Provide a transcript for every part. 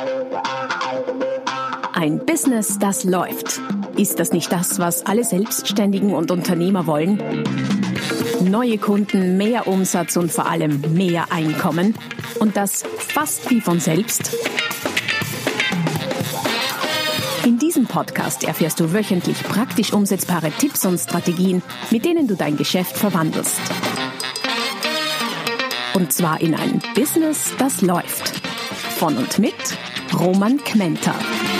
Ein Business, das läuft. Ist das nicht das, was alle Selbstständigen und Unternehmer wollen? Neue Kunden, mehr Umsatz und vor allem mehr Einkommen. Und das fast wie von selbst? In diesem Podcast erfährst du wöchentlich praktisch umsetzbare Tipps und Strategien, mit denen du dein Geschäft verwandelst. Und zwar in ein Business, das läuft. Von und mit Roman Kmenter.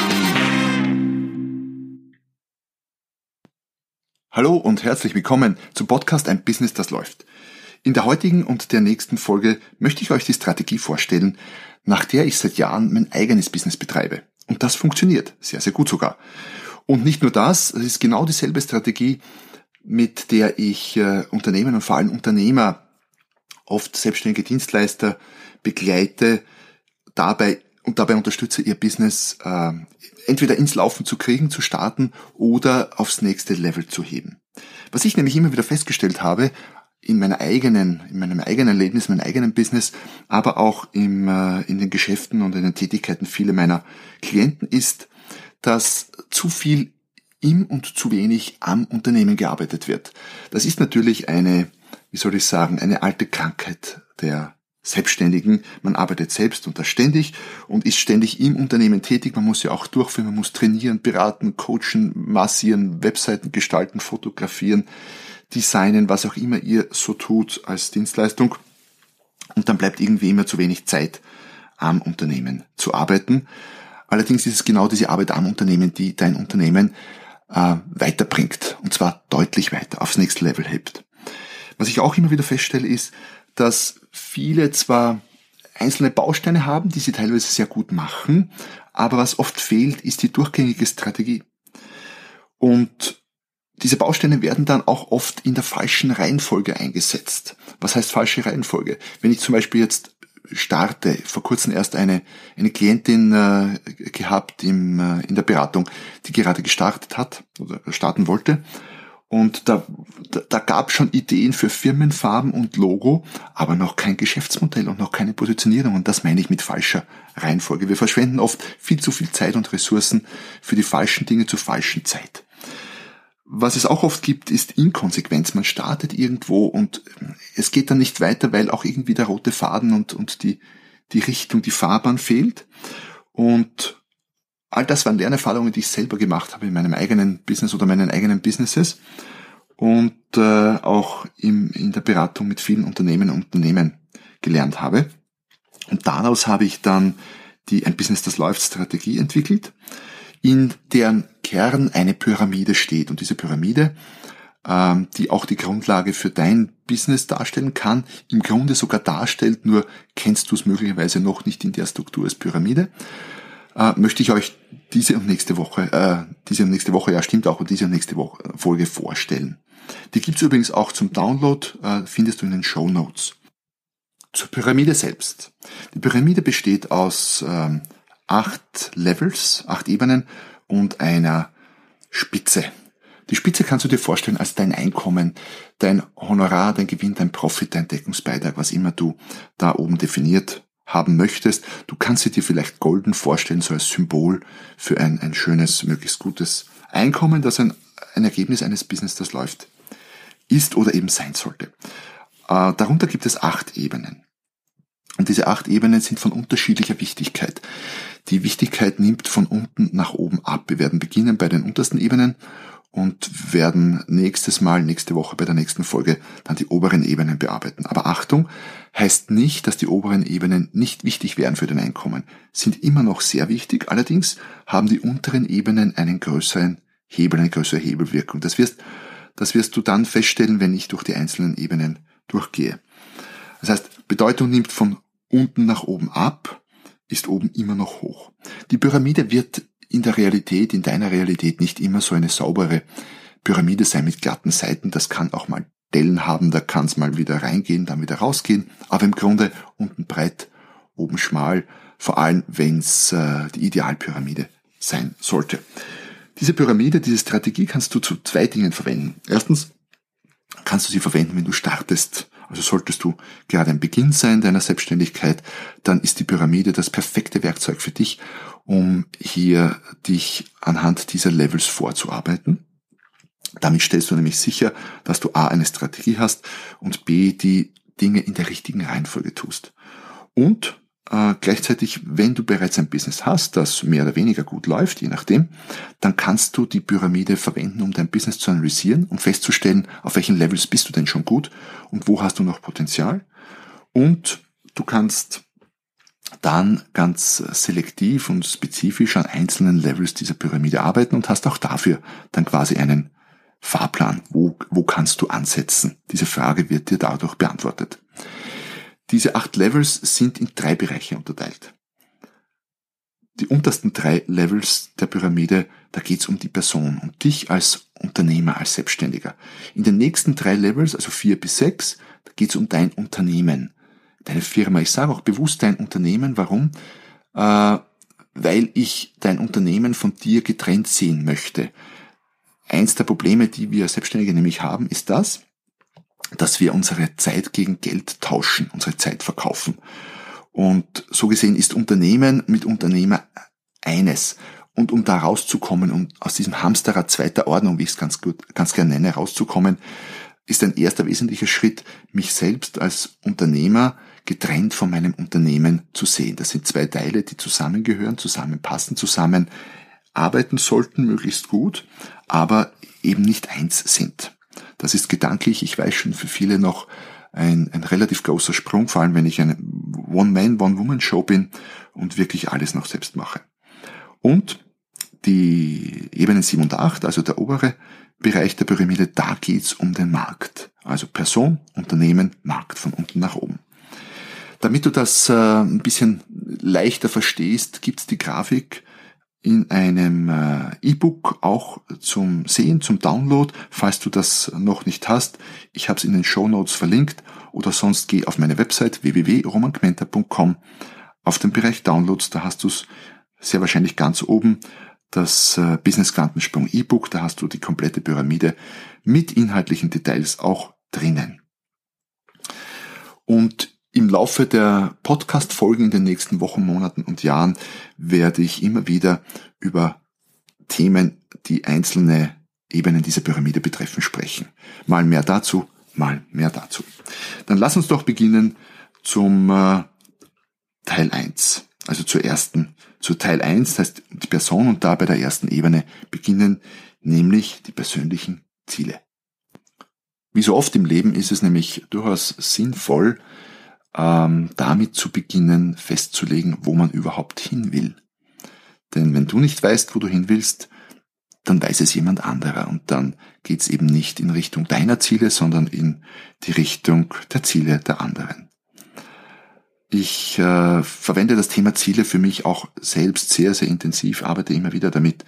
Hallo und herzlich willkommen zum Podcast Ein Business, das läuft. In der heutigen und der nächsten Folge möchte ich euch die Strategie vorstellen, nach der ich seit Jahren mein eigenes Business betreibe. Und das funktioniert, sehr, sehr gut sogar. Und nicht nur das, es ist genau dieselbe Strategie, mit der ich Unternehmen und vor allem Unternehmer, oft selbstständige Dienstleister, begleite, dabei unterstütze, ihr Business entweder ins Laufen zu kriegen, zu starten oder aufs nächste Level zu heben. Was ich nämlich immer wieder festgestellt habe, in meinem eigenen Erlebnis, meinem eigenen Business, aber auch in den Geschäften und in den Tätigkeiten vieler meiner Klienten ist, dass zu viel im und zu wenig am Unternehmen gearbeitet wird. Das ist natürlich eine alte Krankheit der Selbstständigen. Man arbeitet selbst und das ständig und ist ständig im Unternehmen tätig. Man muss ja auch durchführen, man muss trainieren, beraten, coachen, massieren, Webseiten gestalten, fotografieren, designen, was auch immer ihr so tut als Dienstleistung. Und dann bleibt irgendwie immer zu wenig Zeit, am Unternehmen zu arbeiten. Allerdings ist es genau diese Arbeit am Unternehmen, die dein Unternehmen weiterbringt. Und zwar deutlich weiter, aufs nächste Level hebt. Was ich auch immer wieder feststelle, ist, dass viele zwar einzelne Bausteine haben, die sie teilweise sehr gut machen, aber was oft fehlt, ist die durchgängige Strategie. Und diese Bausteine werden dann auch oft in der falschen Reihenfolge eingesetzt. Was heißt falsche Reihenfolge? Wenn ich zum Beispiel jetzt starte, vor kurzem erst eine Klientin gehabt in der Beratung, die gerade gestartet hat oder starten wollte. Und da gab es schon Ideen für Firmenfarben und Logo, aber noch kein Geschäftsmodell und noch keine Positionierung. Und das meine ich mit falscher Reihenfolge. Wir verschwenden oft viel zu viel Zeit und Ressourcen für die falschen Dinge zur falschen Zeit. Was es auch oft gibt, ist Inkonsequenz. Man startet irgendwo und es geht dann nicht weiter, weil auch irgendwie der rote Faden und die Richtung, die Fahrbahn fehlt. Und all das waren Lernerfahrungen, die ich selber gemacht habe in meinem eigenen Business oder meinen eigenen Businesses und auch in der Beratung mit vielen Unternehmen gelernt habe. Und daraus habe ich dann die Ein Business, das läuft Strategie entwickelt, in deren Kern eine Pyramide steht. Und diese Pyramide, die auch die Grundlage für dein Business darstellen kann, im Grunde sogar darstellt, nur kennst du es möglicherweise noch nicht in der Struktur als Pyramide, möchte ich euch diese und nächste Woche, Folge vorstellen. Die gibt's übrigens auch zum Download, findest du in den Shownotes. Zur Pyramide selbst. Die Pyramide besteht aus 8 Levels, 8 Ebenen und einer Spitze. Die Spitze kannst du dir vorstellen als dein Einkommen, dein Honorar, dein Gewinn, dein Profit, dein Deckungsbeitrag, was immer du da oben definiert haben möchtest. Du kannst sie dir vielleicht golden vorstellen, so als Symbol für ein schönes, möglichst gutes Einkommen, das ein Ergebnis eines Business, das läuft, ist oder eben sein sollte. Darunter gibt es 8 Ebenen. Und diese 8 Ebenen sind von unterschiedlicher Wichtigkeit. Die Wichtigkeit nimmt von unten nach oben ab. Wir werden beginnen bei den untersten Ebenen und werden nächste Woche bei der nächsten Folge dann die oberen Ebenen bearbeiten. Aber Achtung, heißt nicht, dass die oberen Ebenen nicht wichtig wären für den Einkommen. Sind immer noch sehr wichtig, allerdings haben die unteren Ebenen einen größeren Hebel, eine größere Hebelwirkung. Das wirst du dann feststellen, wenn ich durch die einzelnen Ebenen durchgehe. Das heißt, Bedeutung nimmt von unten nach oben ab, ist oben immer noch hoch. Die Pyramide wird in deiner Realität nicht immer so eine saubere Pyramide sein mit glatten Seiten. Das kann auch mal Dellen haben, da kann es mal wieder reingehen, dann wieder rausgehen. Aber im Grunde unten breit, oben schmal, vor allem wenn es die Idealpyramide sein sollte. Diese Pyramide, diese Strategie kannst du zu 2 Dingen verwenden. Erstens kannst du sie verwenden, wenn du startest Also solltest du gerade am Beginn sein deiner Selbstständigkeit, dann ist die Pyramide das perfekte Werkzeug für dich, um hier dich anhand dieser Levels vorzuarbeiten. Damit stellst du nämlich sicher, dass du A, eine Strategie hast und B, die Dinge in der richtigen Reihenfolge tust. Und gleichzeitig, wenn du bereits ein Business hast, das mehr oder weniger gut läuft, je nachdem, dann kannst du die Pyramide verwenden, um dein Business zu analysieren, um festzustellen, auf welchen Levels bist du denn schon gut und wo hast du noch Potenzial. Und du kannst dann ganz selektiv und spezifisch an einzelnen Levels dieser Pyramide arbeiten und hast auch dafür dann quasi einen Fahrplan. Wo kannst du ansetzen? Diese Frage wird dir dadurch beantwortet. Diese 8 Levels sind in 3 Bereiche unterteilt. Die untersten 3 Levels der Pyramide, da geht es um die Person, um dich als Unternehmer, als Selbstständiger. In den nächsten 3 Levels, also 4 bis 6, da geht es um dein Unternehmen, deine Firma. Ich sage auch bewusst dein Unternehmen. Warum? Weil ich dein Unternehmen von dir getrennt sehen möchte. Eins der Probleme, die wir Selbstständige nämlich haben, ist das, dass wir unsere Zeit gegen Geld tauschen, unsere Zeit verkaufen. Und so gesehen ist Unternehmen mit Unternehmer eines. Und um da rauszukommen und aus diesem Hamsterrad zweiter Ordnung, wie ich es ganz gerne nenne, rauszukommen, ist ein erster wesentlicher Schritt, mich selbst als Unternehmer getrennt von meinem Unternehmen zu sehen. Das sind 2 Teile, die zusammengehören, zusammenpassen, zusammen arbeiten sollten, möglichst gut, aber eben nicht eins sind. Das ist gedanklich, ich weiß schon, für viele noch ein relativ großer Sprung, vor allem wenn ich eine One-Man, One-Woman-Show bin und wirklich alles noch selbst mache. Und die Ebenen 7 und 8, also der obere Bereich der Pyramide, da geht's um den Markt. Also Person, Unternehmen, Markt, von unten nach oben. Damit du das ein bisschen leichter verstehst, gibt's die Grafik in einem E-Book auch zum Sehen, zum Download, falls du das noch nicht hast. Ich habe es in den Shownotes verlinkt oder sonst geh auf meine Website www.romangmenta.com auf den Bereich Downloads, da hast du es sehr wahrscheinlich ganz oben, das Business-Quantensprung E-Book, da hast du die komplette Pyramide mit inhaltlichen Details auch drinnen. Und im Laufe der Podcast-Folgen in den nächsten Wochen, Monaten und Jahren werde ich immer wieder über Themen, die einzelne Ebenen dieser Pyramide betreffen, sprechen. Mal mehr dazu, mal mehr dazu. Dann lass uns doch beginnen zum Teil 1. Also zu Teil 1, das heißt die Person, und da bei der ersten Ebene beginnen, nämlich die persönlichen Ziele. Wie so oft im Leben ist es nämlich durchaus sinnvoll, damit zu beginnen, festzulegen, wo man überhaupt hin will. Denn wenn du nicht weißt, wo du hin willst, dann weiß es jemand anderer und dann geht's eben nicht in Richtung deiner Ziele, sondern in die Richtung der Ziele der anderen. Ich verwende das Thema Ziele für mich auch selbst sehr, sehr intensiv, arbeite immer wieder damit,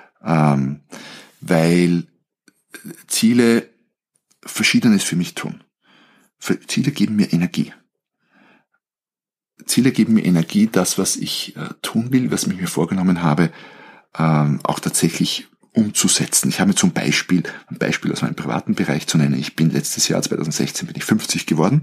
weil Ziele Verschiedenes für mich tun. Ziele geben mir Energie. Ziele geben mir Energie, das, was ich tun will, was ich mir vorgenommen habe, auch tatsächlich umzusetzen. Ich habe mir zum Beispiel, ein Beispiel aus meinem privaten Bereich zu nennen, ich bin letztes Jahr, 2016, bin ich 50 geworden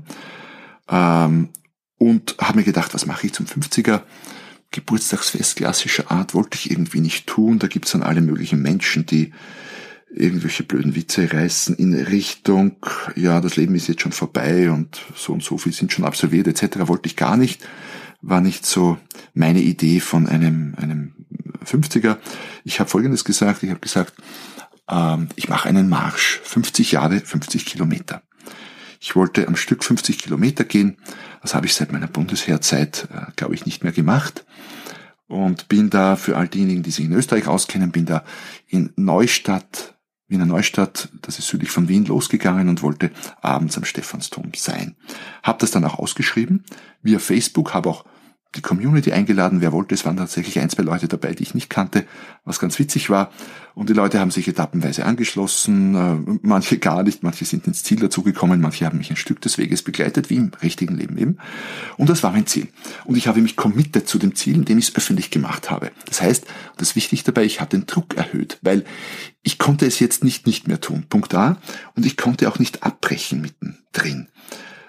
und habe mir gedacht, was mache ich zum 50er? Geburtstagsfest klassischer Art wollte ich irgendwie nicht tun. Da gibt's dann alle möglichen Menschen, die irgendwelche blöden Witze reißen in Richtung, ja, das Leben ist jetzt schon vorbei und so viel sind schon absolviert etc. Wollte ich gar nicht, war nicht so meine Idee von einem 50er. Ich habe Folgendes gesagt, ich mache einen Marsch, 50 Jahre, 50 Kilometer. Ich wollte am Stück 50 Kilometer gehen, das habe ich seit meiner Bundesheerzeit, glaube ich, nicht mehr gemacht. Und bin da, für all diejenigen, die sich in Österreich auskennen, bin da in Wiener Neustadt, das ist südlich von Wien, losgegangen und wollte abends am Stephansdom sein. Hab das dann auch ausgeschrieben via Facebook, habe auch die Community eingeladen, wer wollte. Es waren tatsächlich 1, 2 Leute dabei, die ich nicht kannte, was ganz witzig war. Und die Leute haben sich etappenweise angeschlossen, manche gar nicht, manche sind ins Ziel dazugekommen, manche haben mich ein Stück des Weges begleitet, wie im richtigen Leben eben. Und das war mein Ziel. Und ich habe mich committed zu dem Ziel, indem ich es öffentlich gemacht habe. Das heißt, das ist wichtig dabei, ich habe den Druck erhöht, weil ich konnte es jetzt nicht mehr tun. Punkt A. Und ich konnte auch nicht abbrechen mittendrin.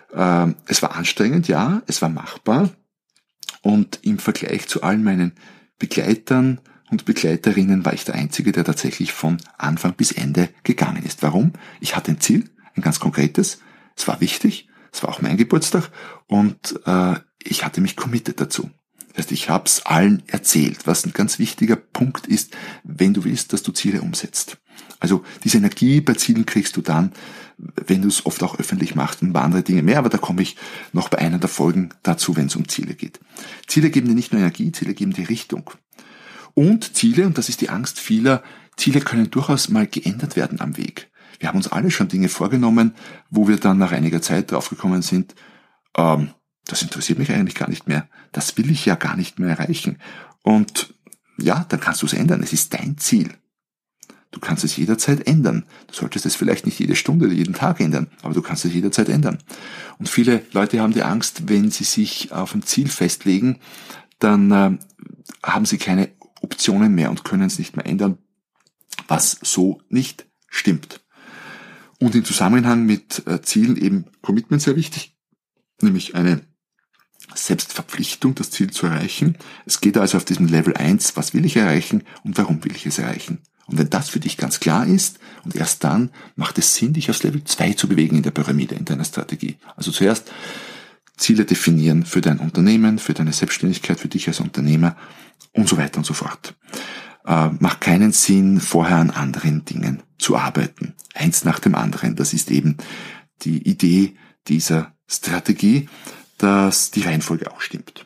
Es war anstrengend, ja, es war machbar. Und im Vergleich zu all meinen Begleitern und Begleiterinnen war ich der Einzige, der tatsächlich von Anfang bis Ende gegangen ist. Warum? Ich hatte ein Ziel, ein ganz konkretes. Es war wichtig, es war auch mein Geburtstag und ich hatte mich committed dazu. Das heißt, ich habe es allen erzählt, was ein ganz wichtiger Punkt ist, wenn du willst, dass du Ziele umsetzt. Also diese Energie bei Zielen kriegst du dann, wenn du es oft auch öffentlich machst und andere Dinge mehr, aber da komme ich noch bei einer der Folgen dazu, wenn es um Ziele geht. Ziele geben dir nicht nur Energie, Ziele geben dir Richtung. Und Ziele, und das ist die Angst vieler, Ziele können durchaus mal geändert werden am Weg. Wir haben uns alle schon Dinge vorgenommen, wo wir dann nach einiger Zeit draufgekommen sind, das interessiert mich eigentlich gar nicht mehr. Das will ich ja gar nicht mehr erreichen. Und ja, dann kannst du es ändern. Es ist dein Ziel. Du kannst es jederzeit ändern. Du solltest es vielleicht nicht jede Stunde oder jeden Tag ändern, aber du kannst es jederzeit ändern. Und viele Leute haben die Angst, wenn sie sich auf ein Ziel festlegen, dann haben sie keine Optionen mehr und können es nicht mehr ändern, was so nicht stimmt. Und im Zusammenhang mit Zielen eben Commitment sehr wichtig, nämlich eine Selbstverpflichtung, das Ziel zu erreichen. Es geht also auf diesem Level 1, was will ich erreichen und warum will ich es erreichen. Und wenn das für dich ganz klar ist, und erst dann macht es Sinn, dich aufs Level 2 zu bewegen in der Pyramide, in deiner Strategie. Also zuerst Ziele definieren für dein Unternehmen, für deine Selbstständigkeit, für dich als Unternehmer und so weiter und so fort. Macht keinen Sinn, vorher an anderen Dingen zu arbeiten. Eins nach dem anderen. Das ist eben die Idee dieser Strategie, dass die Reihenfolge auch stimmt.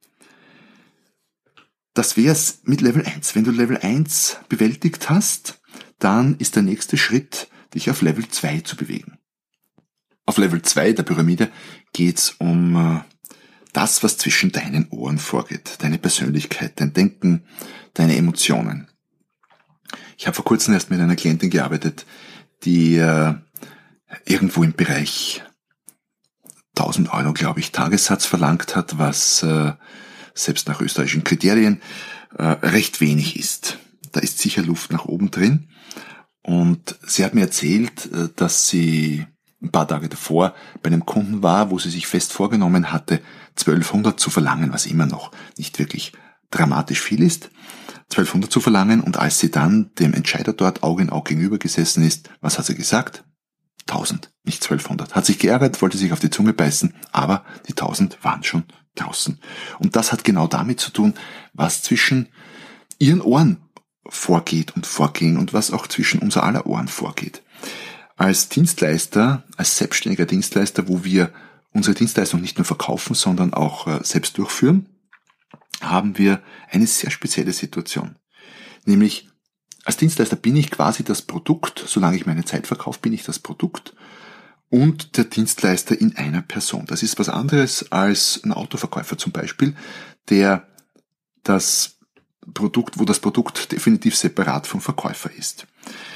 Das wär's mit Level 1. Wenn du Level 1 bewältigt hast, dann ist der nächste Schritt, dich auf Level 2 zu bewegen. Auf Level 2 der Pyramide geht's um das, was zwischen deinen Ohren vorgeht. Deine Persönlichkeit, dein Denken, deine Emotionen. Ich habe vor kurzem erst mit einer Klientin gearbeitet, die irgendwo im Bereich 1.000 €, glaube ich, Tagessatz verlangt hat, was selbst nach österreichischen Kriterien recht wenig ist. Da ist sicher Luft nach oben drin. Und sie hat mir erzählt, dass sie ein paar Tage davor bei einem Kunden war, wo sie sich fest vorgenommen hatte, 1.200 zu verlangen, was immer noch nicht wirklich dramatisch viel ist. 1.200 zu verlangen, und als sie dann dem Entscheider dort Auge in Auge gegenüber gesessen ist, was hat sie gesagt? 1.000, nicht 1.200. Hat sich geärgert, wollte sich auf die Zunge beißen, aber die 1.000 waren schon draußen. Und das hat genau damit zu tun, was zwischen ihren Ohren vorgeht und vorging und was auch zwischen unser aller Ohren vorgeht. Als Dienstleister, als selbstständiger Dienstleister, wo wir unsere Dienstleistung nicht nur verkaufen, sondern auch selbst durchführen, haben wir eine sehr spezielle Situation. Nämlich, als Dienstleister bin ich quasi das Produkt, solange ich meine Zeit verkaufe, bin ich das Produkt und der Dienstleister in einer Person. Das ist was anderes als ein Autoverkäufer zum Beispiel, der das Produkt, wo das Produkt definitiv separat vom Verkäufer ist.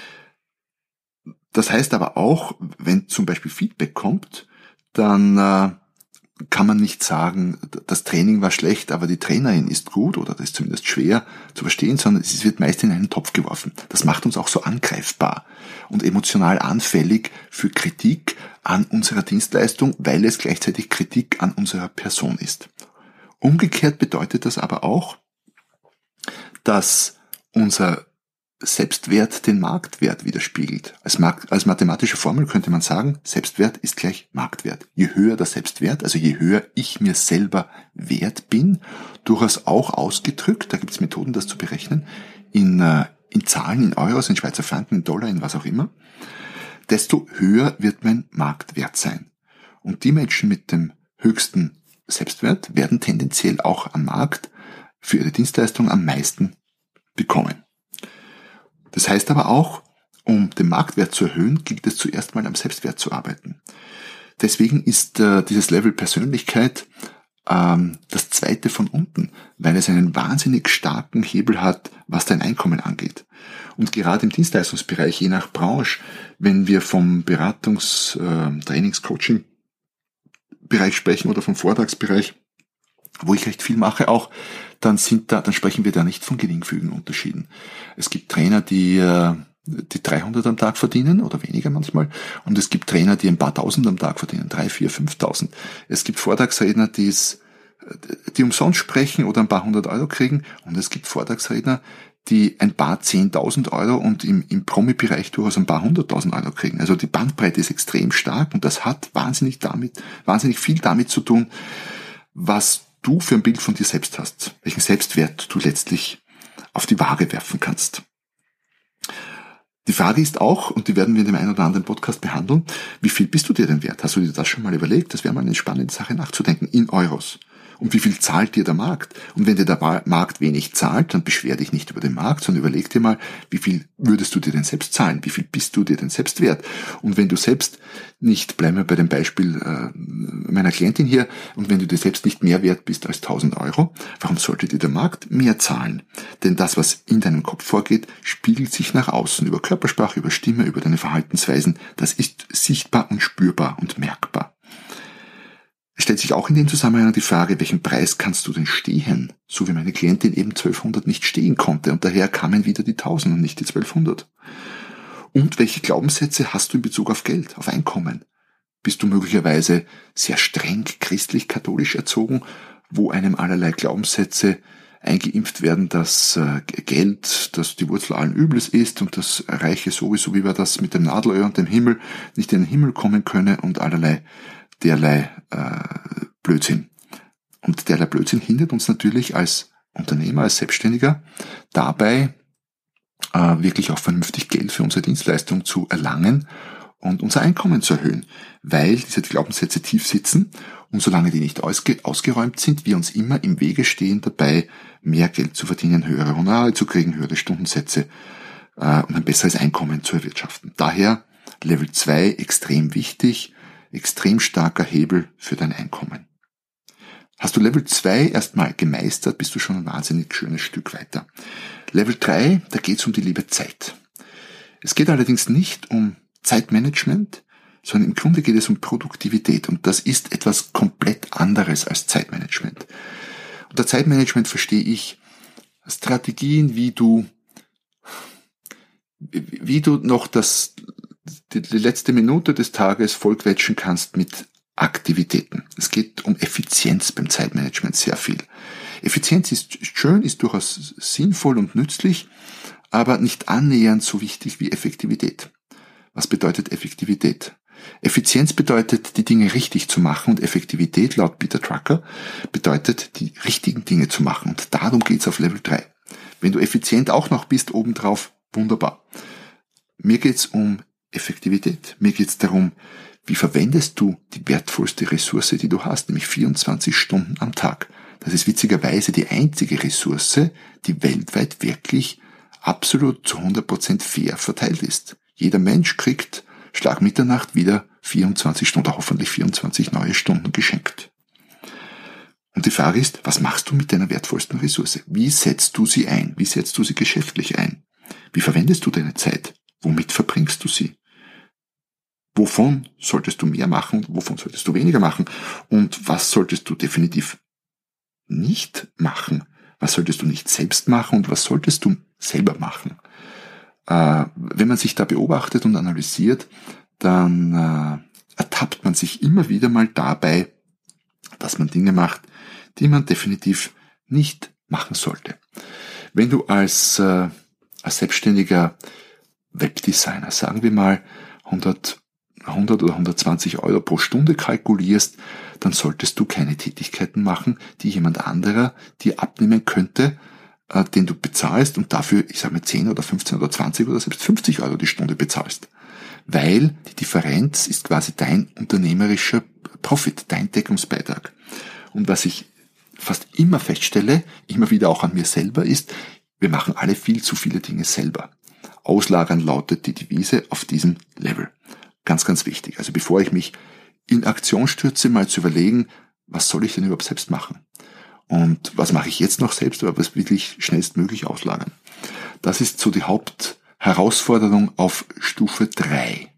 Das heißt aber auch, wenn zum Beispiel Feedback kommt, dann kann man nicht sagen, das Training war schlecht, aber die Trainerin ist gut oder das ist zumindest schwer zu verstehen, sondern es wird meist in einen Topf geworfen. Das macht uns auch so angreifbar und emotional anfällig für Kritik an unserer Dienstleistung, weil es gleichzeitig Kritik an unserer Person ist. Umgekehrt bedeutet das aber auch, dass unser Selbstwert den Marktwert widerspiegelt. Als mathematische Formel könnte man sagen, Selbstwert ist gleich Marktwert. Je höher der Selbstwert, also je höher ich mir selber wert bin, durchaus auch ausgedrückt, da gibt es Methoden, das zu berechnen, in Zahlen, in Euros, in Schweizer Franken, in Dollar, in was auch immer, desto höher wird mein Marktwert sein. Und die Menschen mit dem höchsten Selbstwert werden tendenziell auch am Markt für ihre Dienstleistung am meisten bekommen. Das heißt aber auch, um den Marktwert zu erhöhen, gilt es zuerst mal am Selbstwert zu arbeiten. Deswegen ist dieses Level Persönlichkeit das zweite von unten, weil es einen wahnsinnig starken Hebel hat, was dein Einkommen angeht. Und gerade im Dienstleistungsbereich, je nach Branche, wenn wir vom Beratungs-, Trainings-, Coaching-Bereich sprechen oder vom Vortragsbereich, wo ich recht viel mache auch, dann sprechen wir da nicht von geringfügigen Unterschieden. Es gibt Trainer, die die 300 am Tag verdienen oder weniger manchmal. Und es gibt Trainer, die ein paar Tausend am Tag verdienen, 3, 4, 5.000. Es gibt Vortragsredner, die umsonst sprechen oder ein paar 100 € kriegen. Und es gibt Vortragsredner, die ein paar 10.000 € und im Promi-Bereich durchaus ein paar 100.000 € kriegen. Also die Bandbreite ist extrem stark und das hat wahnsinnig viel damit zu tun, was du für ein Bild von dir selbst hast, welchen Selbstwert du letztlich auf die Waage werfen kannst. Die Frage ist auch, und die werden wir in dem einen oder anderen Podcast behandeln, wie viel bist du dir denn wert? Hast du dir das schon mal überlegt? Das wäre mal eine spannende Sache nachzudenken, in Euros. Und wie viel zahlt dir der Markt? Und wenn dir der Markt wenig zahlt, dann beschwer dich nicht über den Markt, sondern überleg dir mal, wie viel würdest du dir denn selbst zahlen? Wie viel bist du dir denn selbst wert? Und wenn du selbst nicht, bleiben wir bei dem Beispiel meiner Klientin hier, und wenn du dir selbst nicht mehr wert bist als 1.000 €, warum sollte dir der Markt mehr zahlen? Denn das, was in deinem Kopf vorgeht, spiegelt sich nach außen, über Körpersprache, über Stimme, über deine Verhaltensweisen. Das ist sichtbar und spürbar und merkbar. Es stellt sich auch in dem Zusammenhang die Frage, welchen Preis kannst du denn stehen? So wie meine Klientin eben 1.200 nicht stehen konnte und daher kamen wieder die 1.000 und nicht die 1.200. Und welche Glaubenssätze hast du in Bezug auf Geld, auf Einkommen? Bist du möglicherweise sehr streng christlich-katholisch erzogen, wo einem allerlei Glaubenssätze eingeimpft werden, dass Geld, dass die Wurzel allen Übels ist und dass Reiche sowieso, wie war das mit dem Nadelöhr und dem Himmel, nicht in den Himmel kommen könne und derlei Blödsinn. Und derlei Blödsinn hindert uns natürlich als Unternehmer, als Selbstständiger dabei, wirklich auch vernünftig Geld für unsere Dienstleistung zu erlangen und unser Einkommen zu erhöhen, weil diese Glaubenssätze tief sitzen und solange die nicht ausgeräumt sind, wir uns immer im Wege stehen dabei, mehr Geld zu verdienen, höhere Honorare zu kriegen, höhere Stundensätze und ein besseres Einkommen zu erwirtschaften. Daher Level 2 extrem wichtig, extrem starker Hebel für dein Einkommen. Hast du Level 2 erstmal gemeistert, bist du schon ein wahnsinnig schönes Stück weiter. Level 3, da geht es um die liebe Zeit. Es geht allerdings nicht um Zeitmanagement, sondern im Grunde geht es um Produktivität und das ist etwas komplett anderes als Zeitmanagement. Unter Zeitmanagement verstehe ich Strategien, wie du noch die letzte Minute des Tages vollquetschen kannst mit Aktivitäten. Es geht um Effizienz beim Zeitmanagement sehr viel. Effizienz ist schön, ist durchaus sinnvoll und nützlich, aber nicht annähernd so wichtig wie Effektivität. Was bedeutet Effektivität? Effizienz bedeutet, die Dinge richtig zu machen und Effektivität, laut Peter Drucker, bedeutet, die richtigen Dinge zu machen. Und darum geht's auf Level 3. Wenn du effizient auch noch bist, obendrauf, wunderbar. Mir geht's um Effektivität. Mir geht's darum, wie verwendest du die wertvollste Ressource, die du hast, nämlich 24 Stunden am Tag. Das ist witzigerweise die einzige Ressource, die weltweit wirklich absolut zu 100% fair verteilt ist. Jeder Mensch kriegt Schlag Mitternacht wieder 24 Stunden, hoffentlich 24 neue Stunden geschenkt. Und die Frage ist, was machst du mit deiner wertvollsten Ressource? Wie setzt du sie ein? Wie setzt du sie geschäftlich ein? Wie verwendest du deine Zeit? Womit verbringst du sie? Wovon solltest du mehr machen? Wovon solltest du weniger machen? Und was solltest du definitiv nicht machen? Was solltest du nicht selbst machen? Und was solltest du selber machen? Wenn man sich da beobachtet und analysiert, dann ertappt man sich immer wieder mal dabei, dass man Dinge macht, die man definitiv nicht machen sollte. Wenn du als selbstständiger Webdesigner, sagen wir mal, 100 oder 120 Euro pro Stunde kalkulierst, dann solltest du keine Tätigkeiten machen, die jemand anderer dir abnehmen könnte, den du bezahlst und dafür, ich sage mal 10 oder 15 oder 20 oder selbst 50 Euro die Stunde bezahlst. Weil die Differenz ist quasi dein unternehmerischer Profit, dein Deckungsbeitrag. Und was ich fast immer feststelle, immer wieder auch an mir selber, ist, wir machen alle viel zu viele Dinge selber. Auslagern lautet die Devise auf diesem Level. Ganz, ganz wichtig. Also bevor ich mich in Aktion stürze, mal zu überlegen, was soll ich denn überhaupt selbst machen? Und was mache ich jetzt noch selbst, aber was will ich schnellstmöglich auslagern? Das ist so die Hauptherausforderung auf Stufe 3.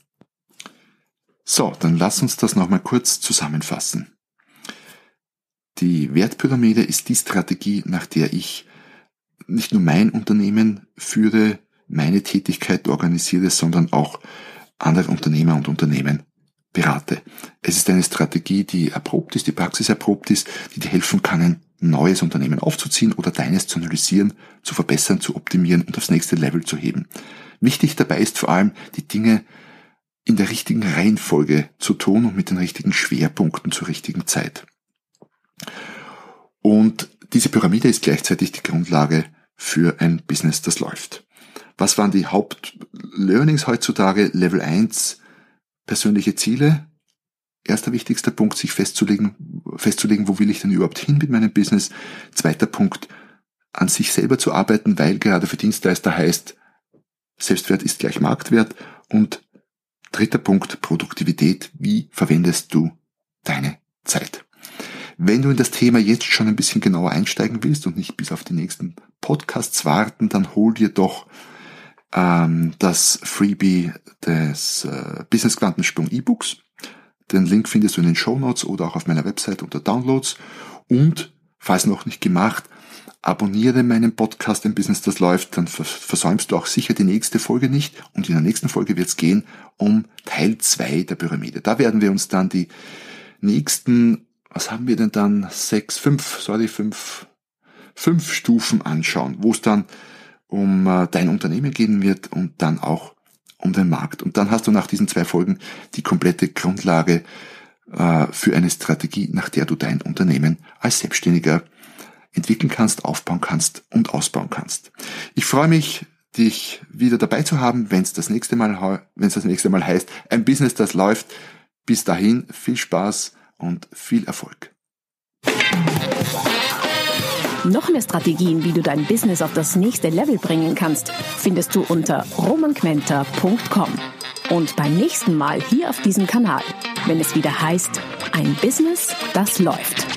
So, dann lass uns das nochmal kurz zusammenfassen. Die Wertpyramide ist die Strategie, nach der ich nicht nur mein Unternehmen führe, meine Tätigkeit organisiere, sondern auch andere Unternehmer und Unternehmen berate. Es ist eine Strategie, die erprobt ist, die praxiserprobt ist, die dir helfen kann, ein neues Unternehmen aufzuziehen oder deines zu analysieren, zu verbessern, zu optimieren und aufs nächste Level zu heben. Wichtig dabei ist vor allem, die Dinge in der richtigen Reihenfolge zu tun und mit den richtigen Schwerpunkten zur richtigen Zeit. Und diese Pyramide ist gleichzeitig die Grundlage für ein Business, das läuft. Was waren die Hauptlearnings heutzutage? Level 1, persönliche Ziele. Erster wichtigster Punkt, sich festzulegen, wo will ich denn überhaupt hin mit meinem Business. Zweiter Punkt, an sich selber zu arbeiten, weil gerade für Dienstleister heißt, Selbstwert ist gleich Marktwert. Und dritter Punkt, Produktivität. Wie verwendest du deine Zeit? Wenn du in das Thema jetzt schon ein bisschen genauer einsteigen willst und nicht bis auf die nächsten Podcasts warten, dann hol dir doch das Freebie des Business Quantensprung E-Books. Den Link findest du in den Shownotes oder auch auf meiner Website unter Downloads. Und, falls noch nicht gemacht, abonniere meinen Podcast im Business, das läuft, dann versäumst du auch sicher die nächste Folge nicht. Und in der nächsten Folge wird es gehen um Teil 2 der Pyramide. Da werden wir uns dann die nächsten, was haben wir denn dann, 5 Stufen anschauen, wo es dann um dein Unternehmen gehen wird und dann auch um den Markt. Und dann hast du nach diesen 2 Folgen die komplette Grundlage für eine Strategie, nach der du dein Unternehmen als Selbstständiger entwickeln kannst, aufbauen kannst und ausbauen kannst. Ich freue mich, dich wieder dabei zu haben, wenn es das nächste Mal heißt, ein Business, das läuft. Bis dahin, viel Spaß und viel Erfolg. Noch mehr Strategien, wie du dein Business auf das nächste Level bringen kannst, findest du unter romanquenter.com. Und beim nächsten Mal hier auf diesem Kanal, wenn es wieder heißt, ein Business, das läuft.